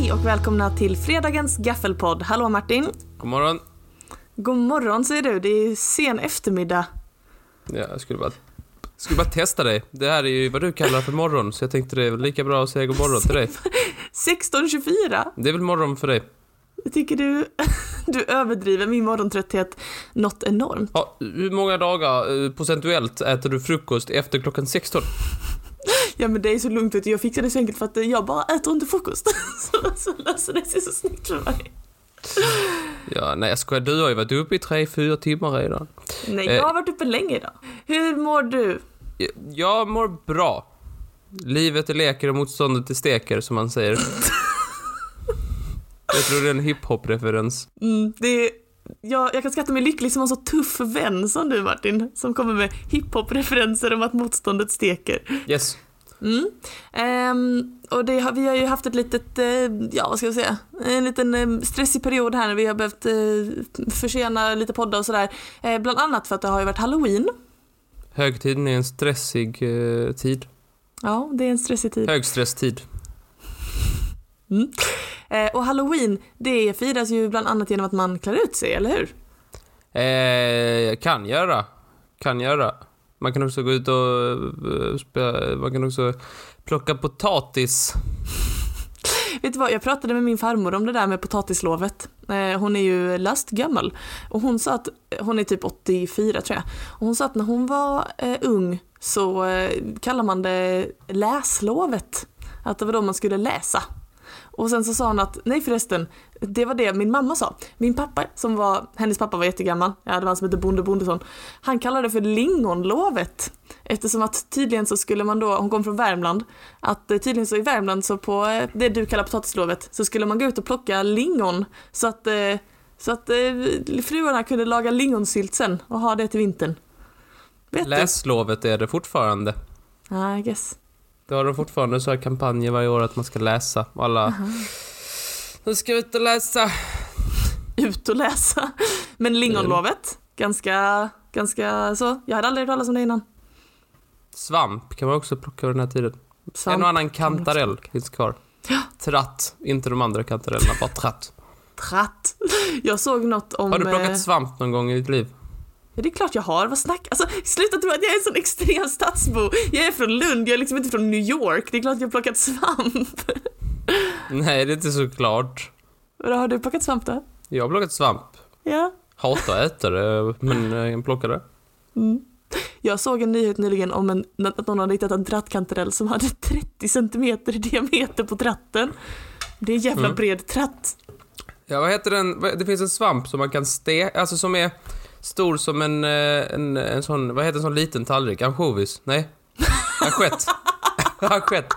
Hej och välkomna till fredagens gaffelpodd. Hallå Martin. God morgon. God morgon säger du, det är sen eftermiddag. Ja, jag skulle bara testa dig. Det här är ju vad du kallar för morgon, så jag tänkte det är väl lika bra att säga god morgon till dig. 16:24. Det är väl morgon för dig. Tycker du överdriver min morgontrötthet något enormt. Ja, hur många dagar procentuellt äter du frukost efter klockan 16? Ja men det är så lugnt att jag fixar det så enkelt för att jag bara äter inte frukost. Så löser det sig så snyggt för mig. Ja, nej jag skojar, du har ju varit uppe i 3-4 timmar redan. Nej, jag har varit uppe länge idag. Hur mår du? Jag mår bra. Livet är leker och motståndet är steker, som man säger. Jag tror det är en hiphop-referens. Jag kan skatta mig lycklig som en så tuff vän som du Martin, som kommer med hiphop-referenser om att motståndet steker. Yes. Och vi har ju haft ett litet, vad ska jag säga, en liten stressig period här när vi har behövt försena lite poddar och sådär. Bland annat för att det har ju varit Halloween. Högtiden är en stressig tid. Ja, det är en stressig tid. Högstresstid. Och Halloween, det firas ju bland annat genom att man klär ut sig, eller hur? Kan göra. Man kan också gå ut och man kan också plocka potatis. Vet du vad, jag pratade med min farmor om det där med potatislovet. Hon är ju lastgammal. Och hon sa att, hon är typ 84 tror jag. Och hon sa att när hon var ung så kallar man det läslovet. Att det var då man skulle läsa. Och sen så sa hon att, nej förresten, det var det min mamma sa. Min pappa, hennes pappa var jättegammal. Ja, det var han som hette Bonde Bondesson. Han kallade det för lingonlovet. Eftersom att tydligen så skulle man då, hon kom från Värmland, att tydligen så i Värmland så på det du kallar potatislovet så skulle man gå ut och plocka lingon så att fruarna kunde laga lingonsylt sen och ha det till vintern. Läslovet är det fortfarande. I guess. Det har de fortfarande så här kampanjer varje år att man ska läsa. Alla nu ska ut och läsa. Ut och läsa. Men lingonlovet, ganska så. Jag hade aldrig hört talas om det innan. Svamp kan man också plocka över den här tiden. Svamp. En och annan kantarell finns kvar. Ja. Tratt, inte de andra kantarellerna, bara tratt. Tratt. Jag såg något om... Har du plockat svamp någon gång i ditt liv? Ja, det är klart jag har. Vad snack? Alltså, sluta tro att jag är en sån extrem stadsbo. Jag är från Lund, jag är liksom inte från New York. Det är klart jag har plockat svamp. Nej, det är inte så klart. Har du plockat svamp då? Jag har plockat svamp. Ja. Hatar att äta det, men jag plockar det. Jag såg en nyhet nyligen om att någon hade hittat en trattkantarell som hade 30 centimeter i diameter på tratten. Det är en jävla bred tratt. Ja, vad heter den? Det finns en svamp som man kan alltså som är stor som en sån, vad heter en sån liten tallrik? Ansjovis? Nej. Assiett. Assiett.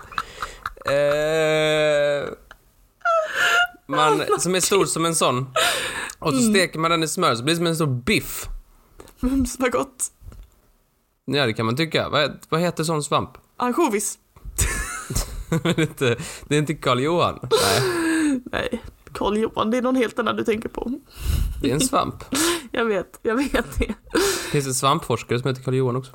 Som är stor som en sån. Och så steker man den i smör så blir det som en stor biff. Mums, vad gott. Ja, det kan man tycka. Vad heter sån svamp? Ansjovis. Det är inte Karl Johan. Nej, Karl Johan, det är någon helt annan du tänker på. Det är en svamp. Jag vet det. Det finns en svampforskare som heter Karl Johan också.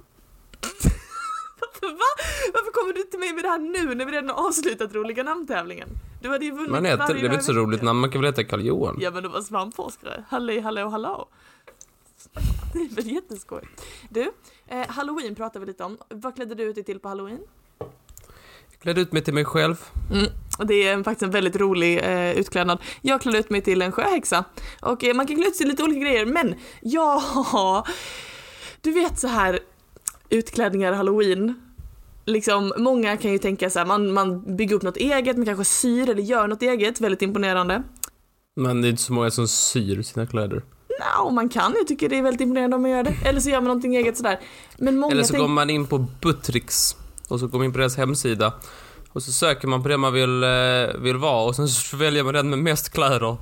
Va? Varför kommer du till mig med det här nu när vi redan har avslutat roliga namntävlingen? Du hade ju vunnit. Man heter, det är inte så roligt namn, man kan väl heta Karl Johan. Ja, men det var svampforskare. Hallå. Det är väl jätteskoj. Du, Halloween pratar vi lite om. Vad klädde du ut dig till på Halloween? Jag klädde ut mig till mig själv. Det är faktiskt en väldigt rolig utklädnad. Jag klädde ut mig till en sjöhäxa. Och man kan klä ut sig till lite olika grejer. Men du vet så här utklädningar Halloween. Liksom, många kan ju tänka så här, man bygger upp något eget, man kanske syr eller gör något eget. Väldigt imponerande. Men det är inte så många som syr sina kläder. Man kan ju tycka det är väldigt imponerande om man gör det. Eller så gör man någonting eget sådär. Men många eller så går man in på Buttricks och så går man in på deras hemsida och så söker man på det man vill vara och sen så väljer man den med mest kläder.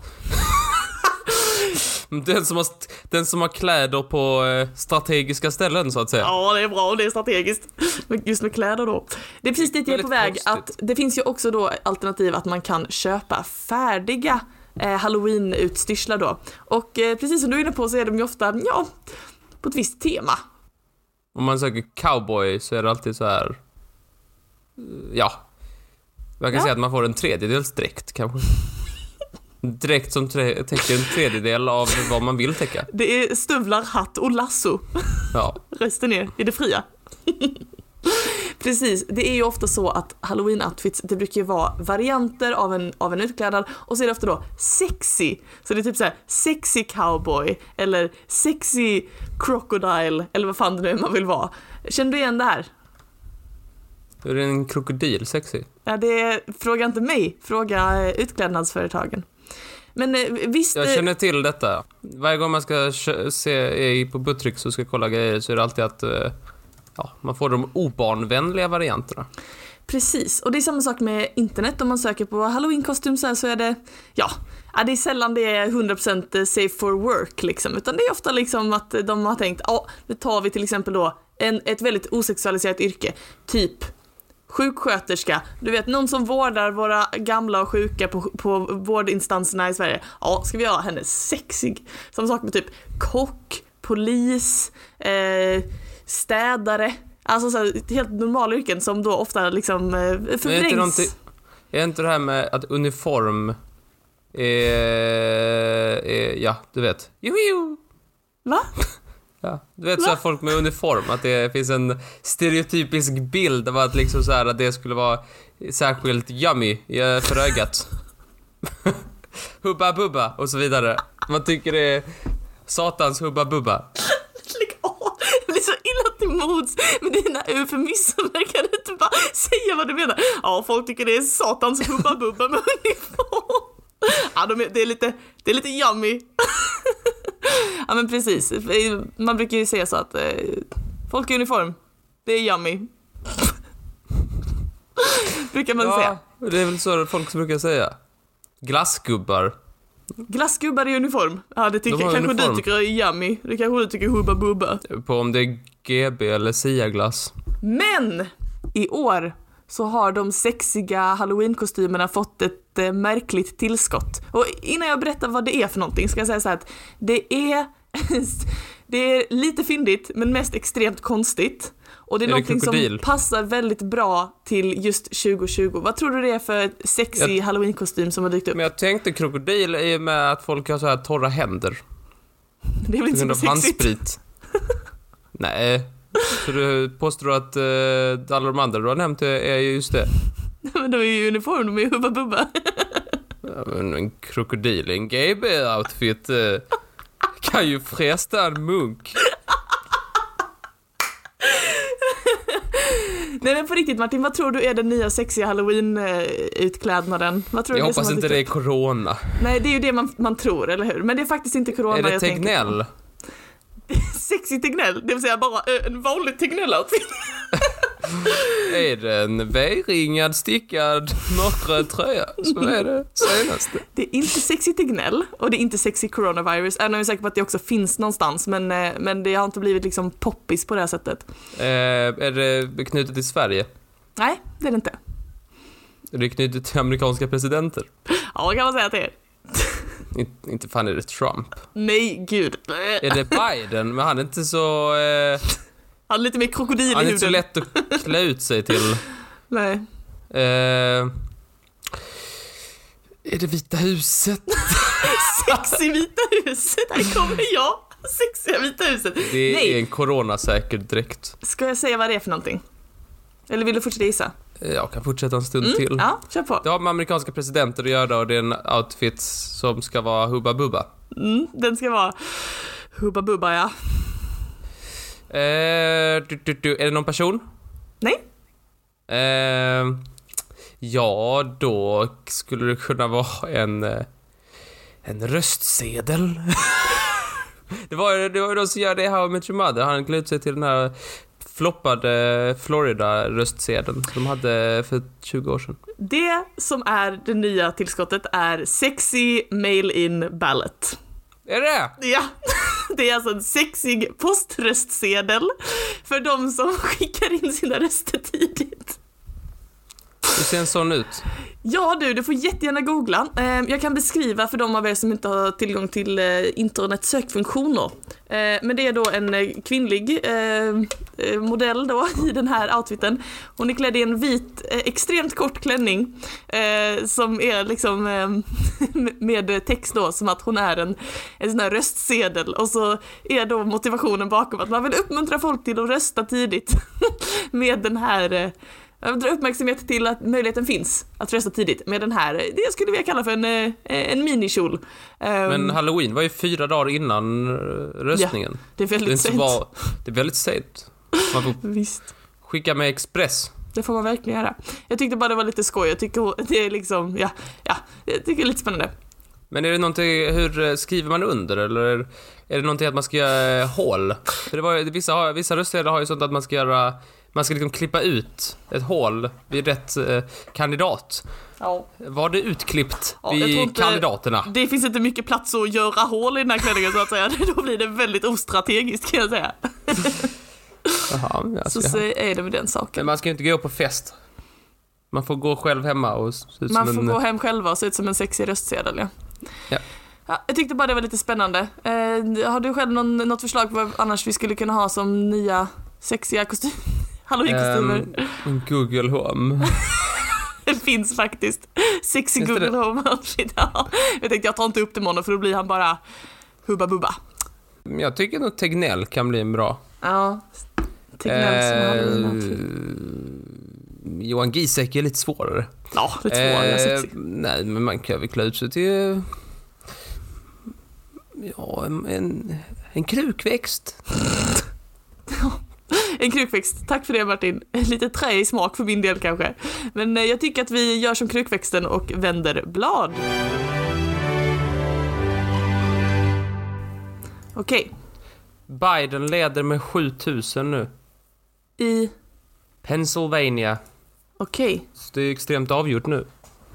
Den som har kläder på strategiska ställen så att säga. Ja, det är bra, det är strategiskt. Just med kläder då. Det är precis dit jag är på väg. Konstigt. Att det finns ju också då alternativ att man kan köpa färdiga Halloween-utstyrslar då. Och precis som du är inne på så är de ju ofta, på ett visst tema. Om man söker cowboy så är det alltid så här, Man kan säga att man får en tredjedels dräkt kanske. Dräkt som täcker en tredjedel av vad man vill täcka. Det är stövlar, hatt och lasso. Ja. Resten är det fria. Precis, det är ju ofta så att Halloween-outfits, det brukar ju vara varianter av en utklädnad, och så är det ofta då sexy. Så det är typ så här sexy cowboy eller sexy crocodile eller vad fan det nu är man vill vara. Känner du igen det här? Är det en krokodil sexy? Ja, fråga inte mig, fråga utklädnadsföretagen. Men visst... Jag känner till detta. Varje gång man ska se på Buttrick och ska kolla grejer så är det alltid att man får de obarnvänliga varianterna. Precis, och det är samma sak med internet. Om man söker på Halloween-kostym så är det, det är sällan det är 100% safe for work liksom, utan det är ofta liksom att de har tänkt, nu tar vi till exempel då ett väldigt osexualiserat yrke, typ sjuksköterska, du vet, någon som vårdar våra gamla och sjuka på vårdinstanserna i Sverige. Ja, ska vi göra henne sexig? Samma sak med typ kock, polis, städare, alltså så här, helt normala yrken som då ofta liksom förvrängs. Är inte det här med att uniform ja, du vet. Jojo. Va? Ja, du vet så här, folk med uniform, att det finns en stereotypisk bild av att liksom så här, att det skulle vara särskilt yummy för ögat. Hubba bubba och så vidare. Man tycker det är satans hubba bubba. Jag blir så illa till mods med dina eufemismer. Kan du inte bara säga vad du menar? Ja, folk tycker det är satans hubba bubba med uniform. Ja, det är lite yummy. Ja, men precis. Man brukar ju säga så att folk i uniform, det är yummy. Brukar man säga. Det är väl så folk som brukar säga. Glassgubbar. Glassgubbar i uniform. Ja, det tycker kanske uniform. Du tycker är yummy. Det kanske du tycker hubba bubba. På om det är GB eller Sia-glass. Men i år så har de sexiga Halloween-kostymerna fått ett märkligt tillskott. Och innan jag berättar vad det är för någonting ska jag säga så här att det är lite fyndigt men mest extremt konstigt. Och det är någonting som passar väldigt bra till just 2020. Vad tror du det är för sexy Halloween-kostym som har dykt upp? Men jag tänkte krokodil är med att folk har så här torra händer. Det är väl inte så sexigt? Handsprit. Nej. Så du påstår att alla de andra du har nämnt är just det. Men de är ju i uniform, de är ju hubba bubba. Ja, men en krokodil i en GB-outfit kan ju fresta en munk. Nej, men på riktigt Martin, vad tror du är den nya sexiga Halloween-utklädnaden? Jag hoppas inte det är corona. Nej, det är ju det man tror, eller hur? Men det är faktiskt inte corona. Är det Tegnell? Sexy Tegnell, det vill säga bara en vanlig Tegnell-outfit. Är det en V-ringad, stickad, mörkröd tröja? Så är det senaste. Det är inte sexy Tegnell och det är inte sexy coronavirus. Även om jag är säker på att det också finns någonstans. Men det har inte blivit liksom poppis på det här sättet. Är det knutet till Sverige? Nej, det är det inte. Är det knutet till amerikanska presidenter? Ja, kan man säga att det är. Inte fan är det Trump. Nej, gud. Är det Biden? Men han är inte så... Han är lite mer krokodil i huden. Han är inte så lätt att klä ut sig till. Nej. Är det Vita huset? Sexy Vita huset, här kommer jag. Sexiga Vita huset. Det är en coronasäker dräkt. Ska jag säga vad det är för någonting? Eller vill du fortsätta gissa? Jag kan fortsätta en stund till. Ja, kör på. Det har med amerikanska presidenter att göra och det är en outfit som ska vara hubba bubba. Den ska vara hubba bubba, ja. Är det någon person? Nej. Ja, då skulle det kunna vara en röstsedel. det var de som gör det i How I Met Your Mother. Han klär ut sig till den här floppade Florida-röstsedeln de hade för 20 år sedan. Det som är det nya tillskottet är sexy mail-in ballot. Är det? Ja, det är alltså en sexig poströstsedel för de som skickar in sina röster tidigt. ser en sån ut? Ja du får jättegärna googla. Jag kan beskriva för de av er som inte har tillgång till internets sökfunktioner. Men det är då en kvinnlig modell då i den här outfiten. Hon är klädd i en vit, extremt kort klänning som är liksom med text då som att hon är en sån här röstsedel. Och så är då motivationen bakom att man vill uppmuntra folk till att rösta tidigt med den här... Jag drar uppmärksamhet till att möjligheten finns att rösta tidigt med den här, det skulle vi kalla för en minikjol. Men Halloween var ju 4 dagar innan röstningen. Ja, det är väldigt sent. Det är väldigt sent. Man får Visst. skicka med express. Det får man verkligen göra. Jag tyckte bara det var lite skoj. Jag tycker det är liksom, jag tycker det är lite spännande. Men är det någonting, hur skriver man under? Eller är det någonting att man ska göra hål? För det var, vissa röstsedlar har ju sånt att man ska liksom klippa ut ett hål vid rätt kandidat. Ja. Var det utklippt vid kandidaterna? Det finns inte mycket plats att göra hål i den här klänningen så att säga. Då blir det väldigt ostrategiskt kan jag säga. Jaha, så är det med den saken. Men man ska ju inte gå på fest. Man får gå själv hemma och se ut man får gå hem själva och se ut som en sexig röstsedel, ja. Ja, jag tyckte bara det var lite spännande. Har du själv något förslag på vad annars vi skulle kunna ha som nya sexiga Halloween-kostymer? Google Home. Det finns faktiskt. Sexy Google Home. Ja. Jag tänkte jag tar inte upp det imorgon för då blir han bara hubba bubba. Jag tycker nog Tegnell kan bli en bra. Ja, Tegnell som Halloween. Johan Giesecke är lite svårare. Ja, lite svårare. Nej, men man kan väl klä ut sig till en krukväxt. En krukväxt. Tack för det Martin. Lite trä i smak för min del kanske. Men jag tycker att vi gör som krukväxten och vänder blad. Okej. Biden leder med 7000 nu. I Pennsylvania. Okej. Så det är extremt avgjort nu.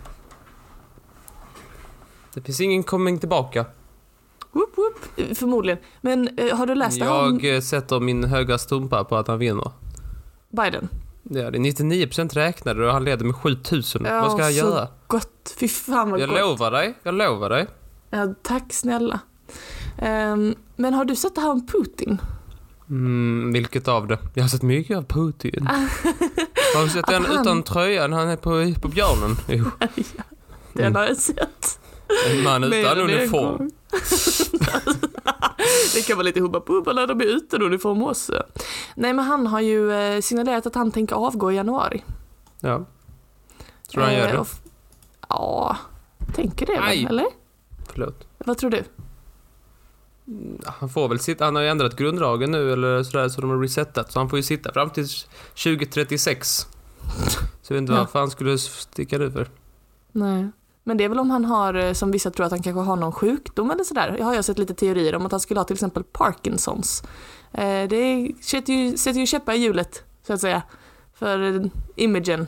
Det finns ingen coming tillbaka. Whoop, whoop. Förmodligen. Men har du läst det här? Jag sätter min höga stumpa på att han vinner. Biden? Ja, det är 99% räknade och han leder med 7000. Ja, vad ska jag göra? Gott. Fy fan vad jag gott. Jag lovar dig. Ja, tack snälla. Men har du sett det här om Putin? Vilket av det? Jag har sett mycket av Putin. Har du sett den utan tröjan? Han är på björnen. Jo. Ja, den har jag sett. En man utan uniform. Det kan vara lite hubba-bubba när de är utan uniform också. Nej, men han har ju signalerat att han tänker avgå i januari. Ja. Tror han gör det? Ja, tänker det väl, eller? Förlåt. Vad tror du? Han får väl sitta, han har ju ändrat grundlagen nu eller sådär så de har resetat. Så han får ju sitta fram till 2036. Så jag vet inte varför han skulle sticka nu för. Nej. Men det är väl om han har, som vissa tror att han kanske har någon sjukdom eller sådär. Jag har ju sett lite teorier om att han skulle ha till exempel Parkinsons. Det sätter ju käppar i hjulet, så att säga, för imagen.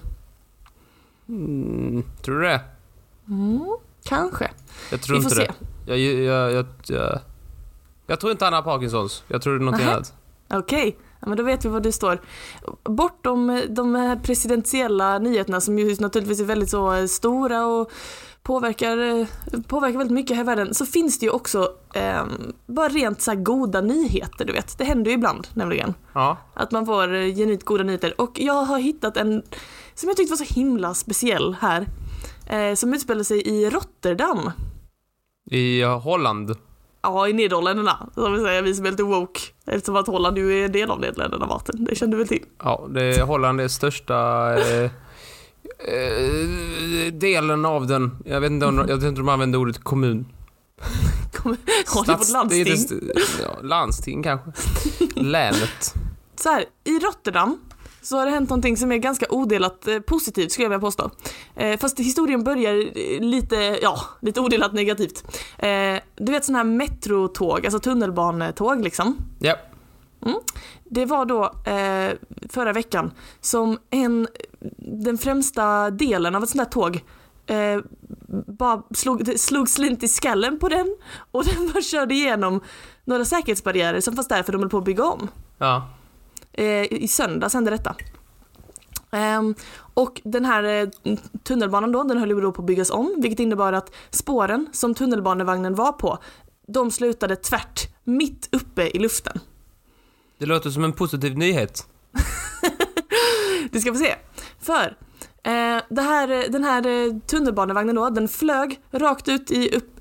Tror du det? Kanske. Jag tror inte det. Jag tror inte han har Parkinsons. Jag tror det är något annat. Okej. Ja, men då vet vi var du står. Bortom de här presidentiella nyheterna som ju naturligtvis är väldigt så stora och påverkar väldigt mycket här i världen, så finns det ju också bara rent så här goda nyheter, du vet. Det händer ju ibland nämligen. Ja. Att man får genuint goda nyheter. Och jag har hittat en som jag tyckte var så himla speciell här, som utspelar sig i Rotterdam. I Holland. Ja, i Nederländerna, som vi säger, vi som är lite woke. Eftersom att Holland ju är en del av Nederländerna, Martin. Det kände du väl till? Ja, Holland är största delen av den. Jag vet inte om de använder ordet kommun. Har du fått landsting? Landsting kanske. Länet. Så här, i Rotterdam så har det hänt någonting som är ganska odelat positivt, skulle jag vilja påstå. Fast historien börjar lite odelat negativt. Du vet sån här metrotåg, alltså tunnelbanetåg liksom. Ja. Det var då förra veckan som den främsta delen av ett sånt här tåg bara slog slint i skallen på den, och den bara körde igenom några säkerhetsbarriärer som fanns där för de höll på att bygga om. Ja. I söndags hände detta. Och den här tunnelbanan då, den höll ju då på att byggas om, vilket innebar att spåren som tunnelbanevagnen var på, de slutade tvärt mitt uppe i luften. Det låter som en positiv nyhet. Du ska få se. För den här tunnelbanevagnen då, den flög rakt ut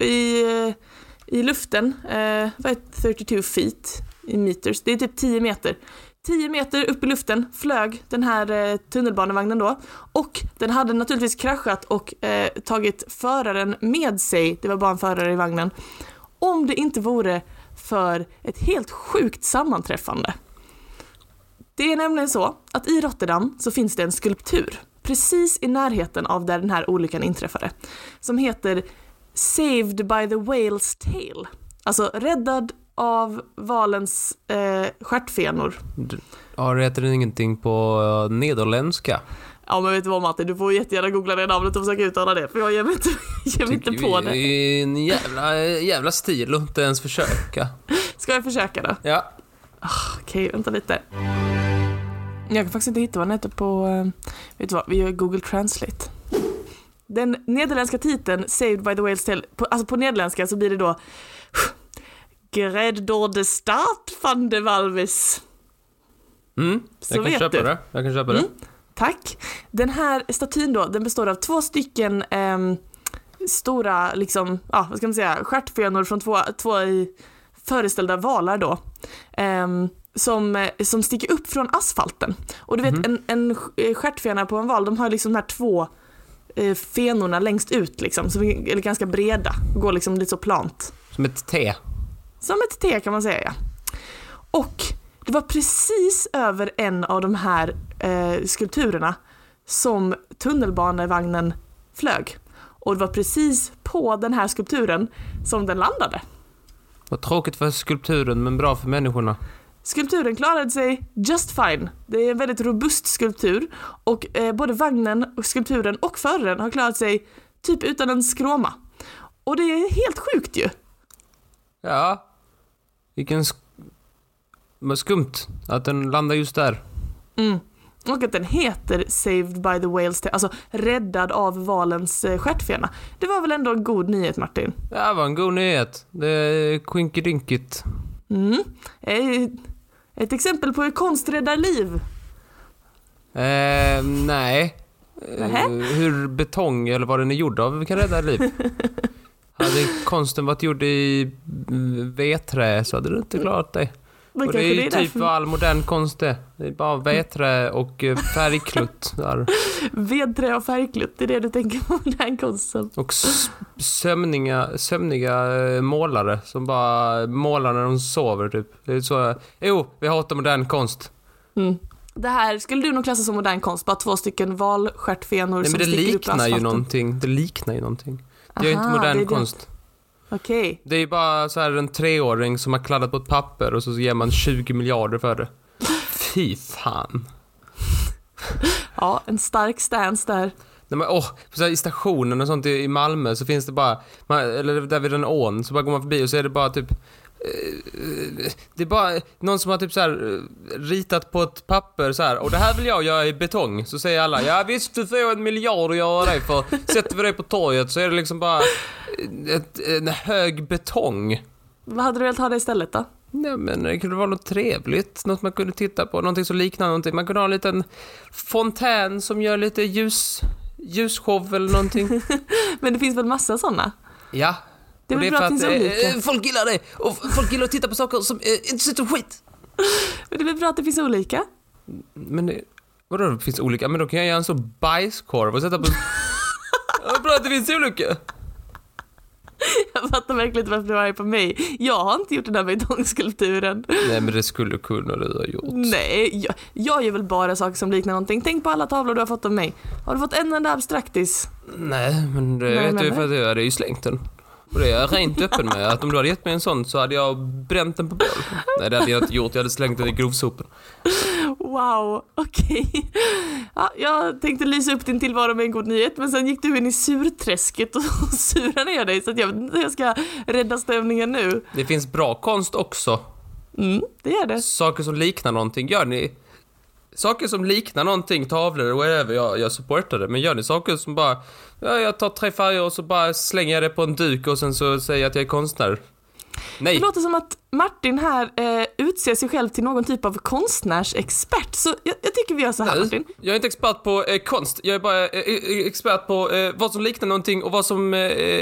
i luften. Vad är 32 feet i meters? Det är typ 10 meter. 10 meter upp i luften flög den här tunnelbanevagnen då. Och den hade naturligtvis kraschat och tagit föraren med sig. Det var bara en förare i vagnen. Om det inte vore för ett helt sjukt sammanträffande. Det är nämligen så att i Rotterdam så finns det en skulptur precis i närheten av där den här olyckan inträffade, som heter Saved by the Whale's Tail. Alltså räddad av valens stjärtfenor. Ja, det heter ingenting på nederländska. Ja, men vet du vad, Martin? Du får jättegärna googla det namnet och försöka uttala det, för jag ger mig inte på det. Det är en jävla stil att inte ens försöka. Ska jag försöka då? Ja. Okej, vänta lite. Jag kan faktiskt inte hitta vad den heter på... vet du vad, vi gör Google Translate. Den nederländska titeln Saved by the Whale's Tail, alltså på nederländska så blir det då Gered door de start van de walvis. Jag kan köpa det. Tack. Den här statyn då, den består av 2 stycken stora, liksom, vad ska man säga, stjärtfenor från två föreställda valar då. Som sticker upp från asfalten. Och du vet, en stjärtfena på en val, de har liksom de här 2 fenorna längst ut liksom, som är ganska breda och går liksom lite så plant. Som ett T. Som ett T kan man säga, ja. Och det var precis över en av de här skulpturerna som tunnelbanevagnen flög. Och det var precis på den här skulpturen som den landade. Vad tråkigt för skulpturen, men bra för människorna. Skulpturen klarade sig just fine. Det är en väldigt robust skulptur. Och både vagnen och skulpturen och föraren har klarat sig typ utan en skråma. Och det är helt sjukt ju. Ja. Vad skumt att den landar just där. Och att den heter Saved by the Whale's Tail, alltså räddad av valens stjärtfena. Det var väl ändå en god nyhet, Martin? Ja, det var en god nyhet. Det är quinkedinkigt. Ett exempel på hur konst räddar liv. Nej. Hur betong eller vad den är gjord av kan rädda liv. Hade konsten varit gjord i vedträ så hade du inte klarat dig. Och det är ju typ vad all modern konst är. Det är bara vedträ och färgklutt där. Vedträ och färgklutt, det är det du tänker på modern konsten. Och sömniga målare som bara målar när de sover typ. Det är så, vi har 8 modern konst. Det här skulle du nog klassa som modern konst, bara 2 stycken valstjärtfenor som sticker upp i asfalten. Det liknar ju någonting. Det är inte modern konst. Okej. Det är bara så här en 3-åring som har kladdat på ett papper och så ger man 20 miljarder för det. Fy fan. Ja, en stark stance där. Nej, men, så här, i stationen och sånt i Malmö så finns det bara, eller där vid en ån, så bara går man förbi och så är det bara typ det är bara någon som har typ så här ritat på ett papper så här, och det här vill jag göra i betong. Så säger alla, ja visst du får 1 miljard att göra det för. Sätter vi det på torget så är det liksom bara en hög betong. Vad hade du velat ha det istället då? Nej, men det kunde vara något trevligt, något man kunde titta på, någonting som liknar någonting. Man kunde ha en liten fontän som gör lite ljusshow eller någonting. Men det finns väl massa sådana? Ja. Det är bra att det finns folk gillar det. Och folk gillar att titta på saker som inte sitter skit. Men det är väl bra att det finns olika? Men vadå det finns olika? Men då kan jag göra en så bajskorv och sätta på... Det är bra att det finns olika. Jag fattar verkligen inte varför du är på mig. Jag har inte gjort den där betongskulpturen. Nej, men det skulle kunna du ha gjort. Nej, jag gör väl bara saker som liknar någonting. Tänk på alla tavlor du har fått av mig. Har du fått en enda abstraktis? Nej, men det vet du för att jag hade ju slängt den. Och det är jag rent öppen med. Att om du hade gett mig en sån så hade jag bränt den på bål. Nej, det hade jag inte gjort. Jag hade slängt den i grovsopen. Wow, okej. Ja, jag tänkte lysa upp din tillvaro med en god nyhet. Men sen gick du in i surträsket och surade ner dig. Så att jag ska rädda stämningen nu. Det finns bra konst också. Det är det. Saker som liknar någonting. Gör ni saker som liknar någonting, tavlor och whatever, jag supportar det. Men gör ni saker som bara, jag tar 3 färger och så bara slänger jag det på en duk och sen så säger jag att jag är konstnär. Nej. Det låter som att Martin här utser sig själv till någon typ av konstnärsexpert. Så jag tycker vi gör så här, Nej, Martin. jag är inte expert på konst. Jag är bara expert på vad som liknar någonting och vad som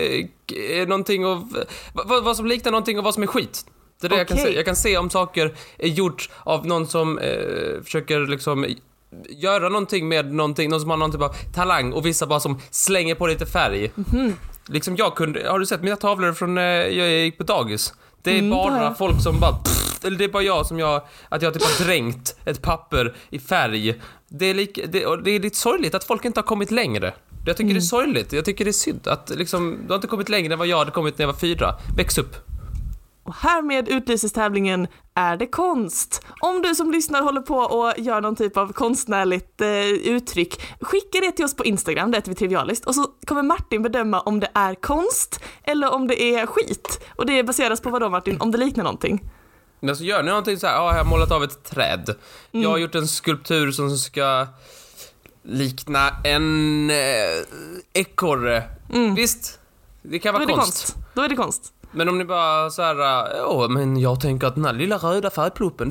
är någonting och vad som liknar någonting och vad som är skit. Det är det jag kan se. Jag kan se om saker är gjort av någon som försöker liksom göra någonting med någonting, någon som har någon typ av talang och vissa bara som slänger på lite färg. Liksom har du sett mina tavlor från jag gick på dagis? Det är bara folk som bara eller det är bara att jag typ har dränkt ett papper i färg. Det är lite sorgligt att folk inte har kommit längre. Jag tycker det är sorgligt. Jag tycker det är synd att liksom, du har inte kommit längre än vad jag hade kommit när jag var 4. Väx upp. Och härmed utlyses tävlingen Är det konst? Om du som lyssnar håller på och gör någon typ av konstnärligt uttryck, skicka det till oss på Instagram, det heter vi Trivialist. Och så kommer Martin bedöma om det är konst eller om det är skit. Och det baseras på vad då, Martin? Om det liknar någonting. Men så gör ni någonting så här, jag har målat av ett träd. Jag har gjort en skulptur som ska likna en ekorre. Visst, det kan vara konst. Då är det konst. Men om ni bara så här, men jag tänker att den här lilla röda färgpluppen,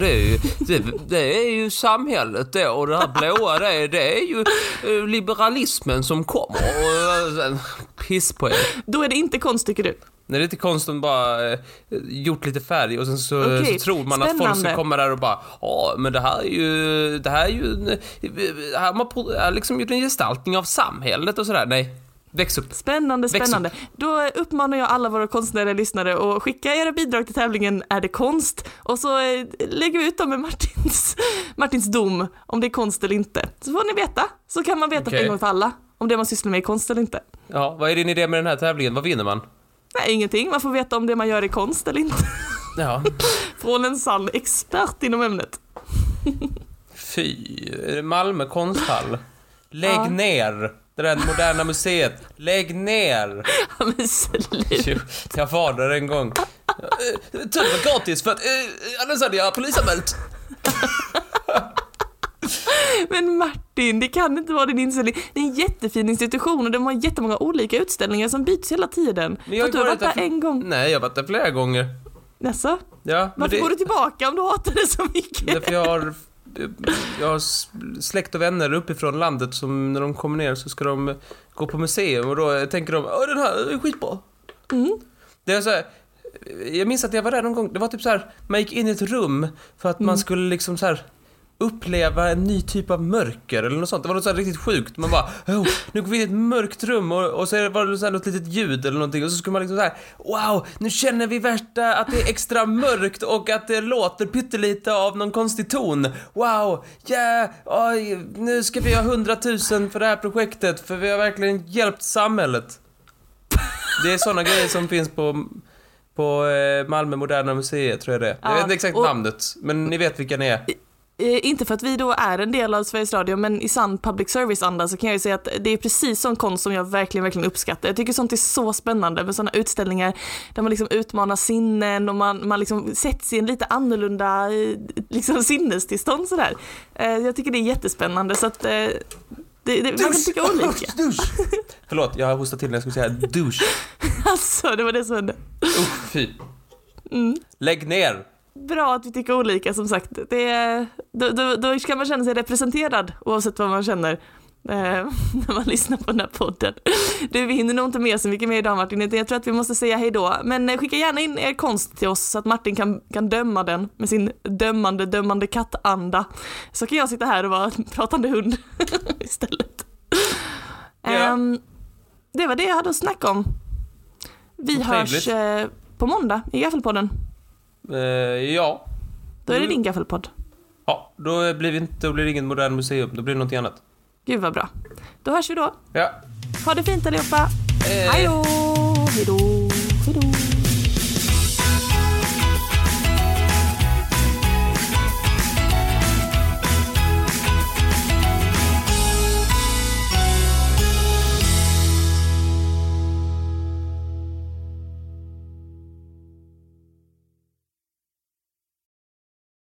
det är ju samhället det, och det här blåa det är ju liberalismen som kommer och piss på er. Då är det inte konst, tycker du? Nej, det är inte konst om bara gjort lite färg och sen så tror man att folk ska komma där och bara men det här är ju här man liksom gjort en gestaltning av samhället och sådär. Nej. Väx upp. Spännande. Väx upp. Då uppmanar jag alla våra konstnärliga lyssnare att skicka era bidrag till tävlingen Är det konst? Och så lägger vi ut dem med Martins dom om det är konst eller inte. Så får ni veta. Så kan man veta för en gång för alla om det man sysslar med är konst eller inte. Ja, vad är din idé med den här tävlingen? Vad vinner man? Nej, ingenting. Man får veta om det man gör är konst eller inte. Ja. Från en sann expert inom ämnet. Fy, Malmö konsthall. Lägg ner. Det där Moderna museet. Lägg ner. Ja, men slut. Jag var där en gång. Det var gratis för att annars hade jag polisanmält. Men Martin, det kan inte vara din inställning. Det är en jättefin institution och de har jättemånga olika utställningar som byts hela tiden. Men jag har varit där en gång. Nej, jag har varit där flera gånger. Jaså? Ja, varför går du tillbaka om du hatar det så mycket? Därför jag har släkt och vänner uppifrån landet som när de kommer ner så ska de gå på museum och då tänker de, den här är skitbra. Det är så här, jag minns att jag var där någon gång, det var typ så här, man gick in i ett rum för att man skulle liksom så här uppleva en ny typ av mörker eller något sånt. Det var något så här riktigt sjukt. Man bara, nu går vi in i ett mörkt rum och så var det så här något litet ljud eller någonting och så skulle man liksom så här, wow, nu känner vi värsta att det är extra mörkt och att det låter pyttelite av någon konstig ton. Wow, nu ska vi ha 100 000 för det här projektet för vi har verkligen hjälpt samhället. Det är såna grejer som finns på Malmö Moderna museet, tror jag det. Jag vet inte exakt namnet, men ni vet vilka ni är. Inte för att vi då är en del av Sveriges Radio, men i sann public service-anda så kan jag ju säga att det är precis sån konst som jag verkligen uppskattar. Jag tycker sånt är så spännande med såna utställningar där man liksom utmanar sinnen och man liksom sätts i en lite annorlunda liksom sinnestillstånd sådär. Jag tycker det är jättespännande så att man kan tycka olika. Förlåt, jag har hostat till när jag skulle säga douche. Alltså, det var det som hände. Fy. Lägg ner. Bra att vi tycker olika, som sagt. Då kan man känna sig representerad oavsett vad man känner när man lyssnar på den här podden. Vi hinner nog inte med så mycket mer idag, Martin. Jag tror att vi måste säga hej då. Men skicka gärna in er konst till oss så att Martin kan döma den med sin dömande kattanda. Så kan jag sitta här och vara en pratande hund istället. Det var det jag hade att snacka om. Vi hörs på måndag i Gaffelpodden. Ja. Då är det din Gaffelpodd. Ja, då blir det ingen modern museum. Då blir det någonting annat. Gud vad bra. Då hörs vi då. Ja. Ha det fint allihopa. Hej då.